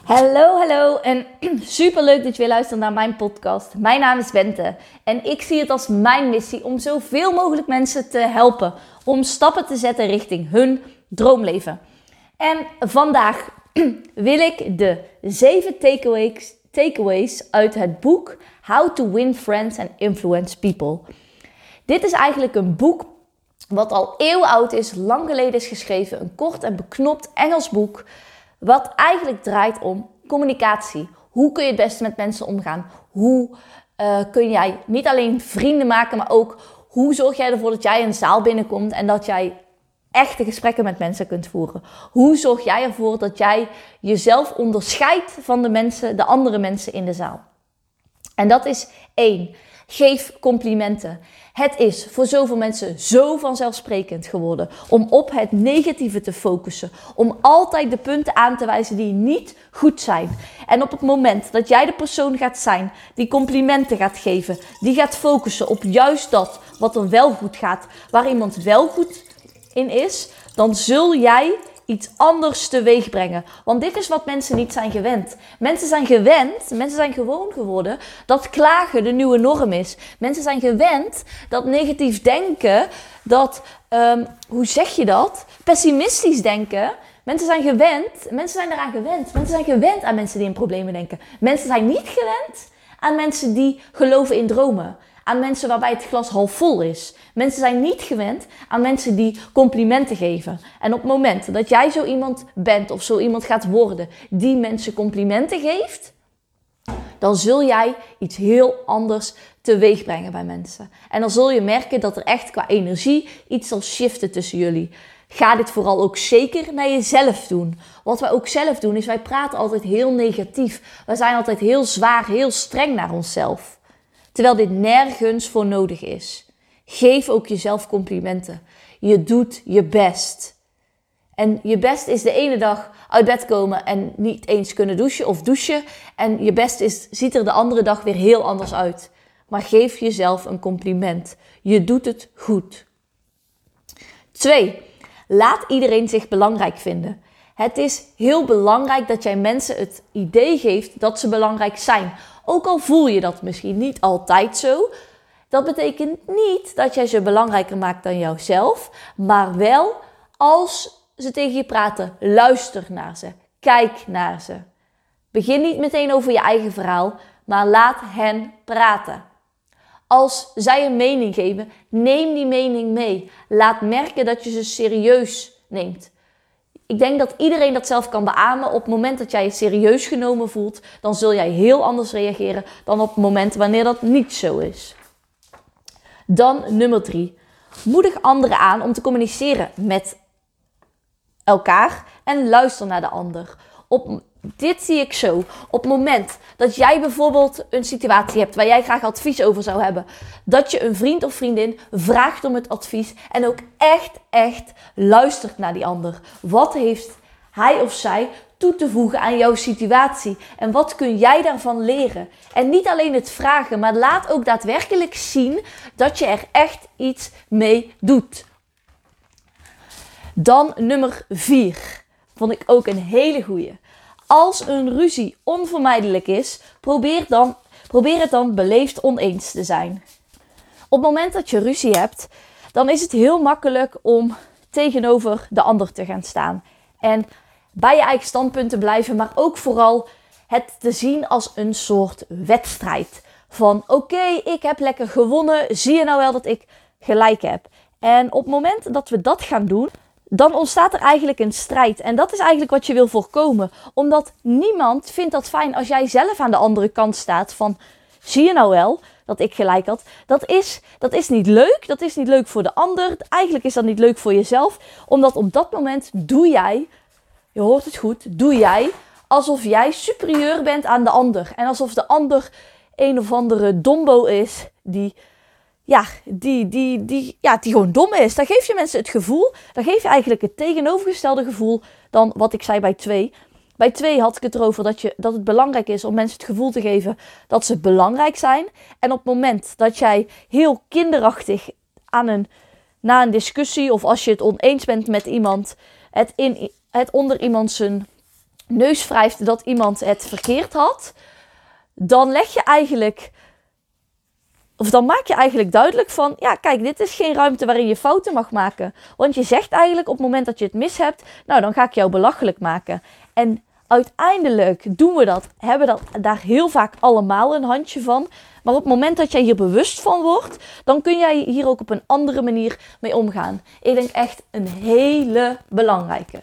Hallo en superleuk dat je weer luistert naar mijn podcast. Mijn naam is Bente en ik zie het als mijn missie om zoveel mogelijk mensen te helpen om stappen te zetten richting hun droomleven. En vandaag wil ik de 7 takeaways uit het boek How to Win Friends and Influence People. Dit is eigenlijk een boek wat al eeuwen oud is, lang geleden is geschreven. Een kort en beknopt Engels boek. Wat eigenlijk draait om communicatie. Hoe kun je het beste met mensen omgaan? Hoe kun jij niet alleen vrienden maken, maar ook hoe zorg jij ervoor dat jij een zaal binnenkomt en dat jij echte gesprekken met mensen kunt voeren? Hoe zorg jij ervoor dat jij jezelf onderscheidt van de andere mensen in de zaal? En dat is 1. Geef complimenten. Het is voor zoveel mensen zo vanzelfsprekend geworden om op het negatieve te focussen. Om altijd de punten aan te wijzen die niet goed zijn. En op het moment dat jij de persoon gaat zijn die complimenten gaat geven, die gaat focussen op juist dat wat er wel goed gaat, waar iemand wel goed in is, dan zul jij iets anders teweeg brengen. Want dit is wat mensen niet zijn gewend. Mensen zijn gewoon geworden dat klagen de nieuwe norm is. Mensen zijn gewend dat negatief denken, pessimistisch denken. Mensen zijn eraan gewend. Mensen zijn gewend aan mensen die in problemen denken. Mensen zijn niet gewend aan mensen die geloven in dromen. Aan mensen waarbij het glas half vol is. Mensen zijn niet gewend aan mensen die complimenten geven. En op het moment dat jij zo iemand bent of zo iemand gaat worden die mensen complimenten geeft, dan zul jij iets heel anders teweeg brengen bij mensen. En dan zul je merken dat er echt qua energie iets zal shiften tussen jullie. Ga dit vooral ook zeker naar jezelf doen. Wat wij ook zelf doen is wij praten altijd heel negatief. Wij zijn altijd heel zwaar, heel streng naar onszelf. Terwijl dit nergens voor nodig is. Geef ook jezelf complimenten. Je doet je best. En je best is de ene dag uit bed komen en niet eens kunnen douchen of douchen. En je best ziet er de andere dag weer heel anders uit. Maar geef jezelf een compliment. Je doet het goed. 2. Laat iedereen zich belangrijk vinden. Het is heel belangrijk dat jij mensen het idee geeft dat ze belangrijk zijn. Ook al voel je dat misschien niet altijd zo. Dat betekent niet dat jij ze belangrijker maakt dan jouzelf. Maar wel als ze tegen je praten, luister naar ze. Kijk naar ze. Begin niet meteen over je eigen verhaal, maar laat hen praten. Als zij een mening geven, neem die mening mee. Laat merken dat je ze serieus neemt. Ik denk dat iedereen dat zelf kan beamen. Op het moment dat jij je serieus genomen voelt, dan zul jij heel anders reageren dan op het moment wanneer dat niet zo is. Dan nummer 3. Moedig anderen aan om te communiceren met elkaar en luister naar de ander. Dit zie ik zo. Op het moment dat jij bijvoorbeeld een situatie hebt waar jij graag advies over zou hebben, dat je een vriend of vriendin vraagt om het advies en ook echt luistert naar die ander. Wat heeft hij of zij toe te voegen aan jouw situatie? En wat kun jij daarvan leren? En niet alleen het vragen, maar laat ook daadwerkelijk zien dat je er echt iets mee doet. Dan nummer 4. Vond ik ook een hele goeie. Als een ruzie onvermijdelijk is, probeer het dan beleefd oneens te zijn. Op het moment dat je ruzie hebt, dan is het heel makkelijk om tegenover de ander te gaan staan. En bij je eigen standpunt te blijven, maar ook vooral het te zien als een soort wedstrijd. Van oké, ik heb lekker gewonnen, zie je nou wel dat ik gelijk heb. En op het moment dat we dat gaan doen, dan ontstaat er eigenlijk een strijd. En dat is eigenlijk wat je wil voorkomen. Omdat niemand vindt dat fijn als jij zelf aan de andere kant staat van, zie je nou wel dat ik gelijk had? Dat is niet leuk. Dat is niet leuk voor de ander. Eigenlijk is dat niet leuk voor jezelf. Omdat op dat moment doe jij, je hoort het goed, doe jij alsof jij superieur bent aan de ander. En alsof de ander een of andere dombo is die gewoon dom is. Dan geef je mensen het gevoel, dan geef je eigenlijk het tegenovergestelde gevoel dan wat ik zei bij 2. Bij 2 had ik het erover dat het belangrijk is om mensen het gevoel te geven dat ze belangrijk zijn. En op het moment dat jij heel kinderachtig na een discussie of als je het oneens bent met iemand, het onder iemand zijn neus wrijft dat iemand het verkeerd had, dan maak je eigenlijk duidelijk van, ja kijk, dit is geen ruimte waarin je fouten mag maken. Want je zegt eigenlijk op het moment dat je het mis hebt, nou dan ga ik jou belachelijk maken. En uiteindelijk hebben we daar heel vaak allemaal een handje van. Maar op het moment dat jij hier bewust van wordt, dan kun jij hier ook op een andere manier mee omgaan. Ik denk echt een hele belangrijke.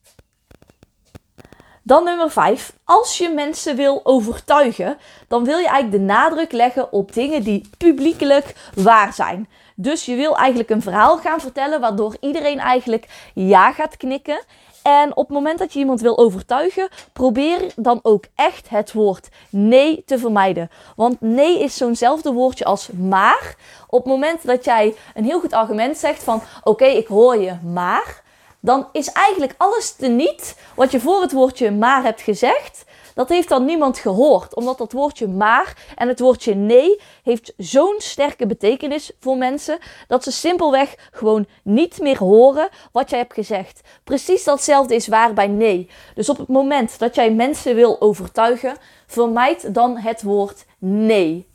Dan nummer 5. Als je mensen wil overtuigen, dan wil je eigenlijk de nadruk leggen op dingen die publiekelijk waar zijn. Dus je wil eigenlijk een verhaal gaan vertellen waardoor iedereen eigenlijk ja gaat knikken. En op het moment dat je iemand wil overtuigen, probeer dan ook echt het woord nee te vermijden. Want nee is zo'nzelfde woordje als maar. Op het moment dat jij een heel goed argument zegt van oké, ik hoor je, maar, dan is eigenlijk alles teniet wat je voor het woordje maar hebt gezegd. Dat heeft dan niemand gehoord. Omdat dat woordje maar en het woordje nee heeft zo'n sterke betekenis voor mensen, dat ze simpelweg gewoon niet meer horen wat jij hebt gezegd. Precies datzelfde is waar bij nee. Dus op het moment dat jij mensen wil overtuigen, vermijd dan het woord nee.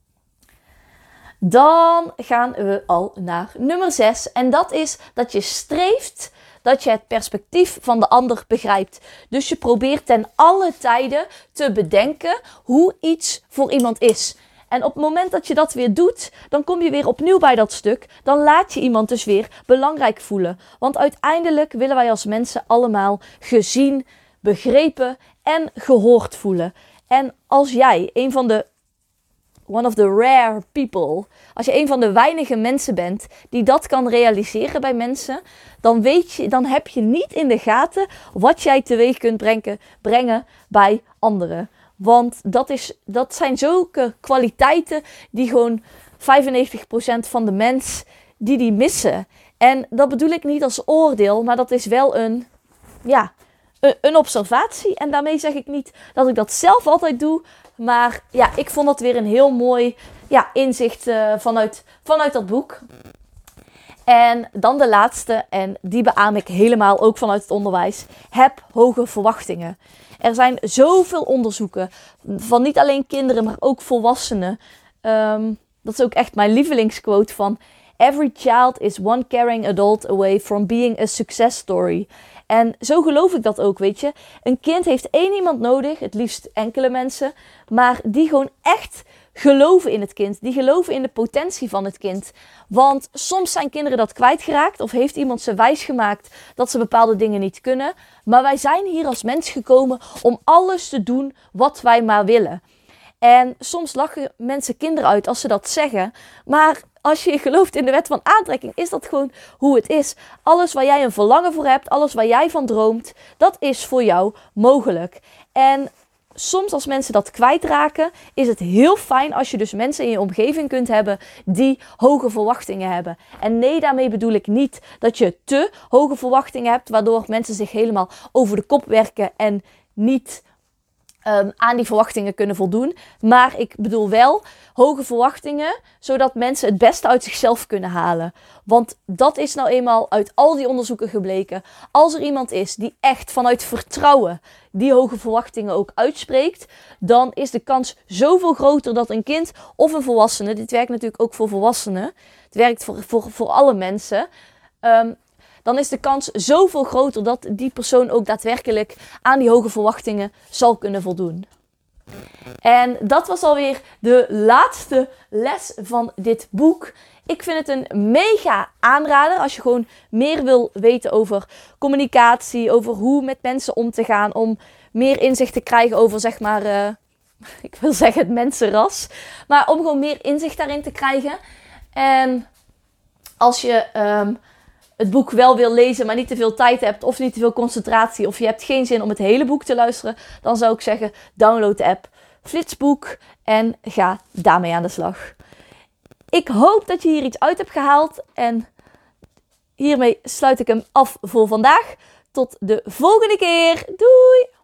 Dan gaan we al naar nummer 6. En dat is dat je streeft dat je het perspectief van de ander begrijpt. Dus je probeert ten alle tijden te bedenken hoe iets voor iemand is. En op het moment dat je dat weer doet, dan kom je weer opnieuw bij dat stuk. Dan laat je iemand dus weer belangrijk voelen. Want uiteindelijk willen wij als mensen allemaal gezien, begrepen en gehoord voelen. En als jij one of the rare people, als je een van de weinige mensen bent die dat kan realiseren bij mensen, dan heb je niet in de gaten wat jij teweeg kunt brengen bij anderen. Want dat zijn zulke kwaliteiten die gewoon 95% van de mens die missen. En dat bedoel ik niet als oordeel, maar dat is wel een observatie. En daarmee zeg ik niet dat ik dat zelf altijd doe. Maar ja, ik vond dat weer een heel mooi inzicht vanuit dat boek. En dan de laatste, en die beaam ik helemaal ook vanuit het onderwijs. Heb hoge verwachtingen. Er zijn zoveel onderzoeken van niet alleen kinderen, maar ook volwassenen. Dat is ook echt mijn lievelingsquote van Every child is one caring adult away from being a success story. En zo geloof ik dat ook, weet je. Een kind heeft één iemand nodig, het liefst enkele mensen, maar die gewoon echt geloven in het kind. Die geloven in de potentie van het kind. Want soms zijn kinderen dat kwijtgeraakt of heeft iemand ze wijsgemaakt dat ze bepaalde dingen niet kunnen. Maar wij zijn hier als mens gekomen om alles te doen wat wij maar willen. En soms lachen mensen kinderen uit als ze dat zeggen. Maar als je gelooft in de wet van aantrekking, is dat gewoon hoe het is. Alles waar jij een verlangen voor hebt, alles waar jij van droomt, dat is voor jou mogelijk. En soms als mensen dat kwijtraken, is het heel fijn als je dus mensen in je omgeving kunt hebben die hoge verwachtingen hebben. En nee, daarmee bedoel ik niet dat je te hoge verwachtingen hebt, waardoor mensen zich helemaal over de kop werken en niet aan die verwachtingen kunnen voldoen. Maar ik bedoel wel hoge verwachtingen, zodat mensen het beste uit zichzelf kunnen halen. Want dat is nou eenmaal uit al die onderzoeken gebleken. Als er iemand is die echt vanuit vertrouwen die hoge verwachtingen ook uitspreekt, dan is de kans zoveel groter dat een kind of een volwassene, dit werkt natuurlijk ook voor volwassenen, het werkt voor alle mensen, dan is de kans zoveel groter dat die persoon ook daadwerkelijk aan die hoge verwachtingen zal kunnen voldoen. En dat was alweer de laatste les van dit boek. Ik vind het een mega aanrader als je gewoon meer wil weten over communicatie, over hoe met mensen om te gaan, om meer inzicht te krijgen over zeg maar, ik wil zeggen het mensenras, maar om gewoon meer inzicht daarin te krijgen. En als je het boek wel wil lezen, maar niet te veel tijd hebt of niet te veel concentratie of je hebt geen zin om het hele boek te luisteren, dan zou ik zeggen download de app Flitsboek en ga daarmee aan de slag. Ik hoop dat je hier iets uit hebt gehaald en hiermee sluit ik hem af voor vandaag. Tot de volgende keer. Doei!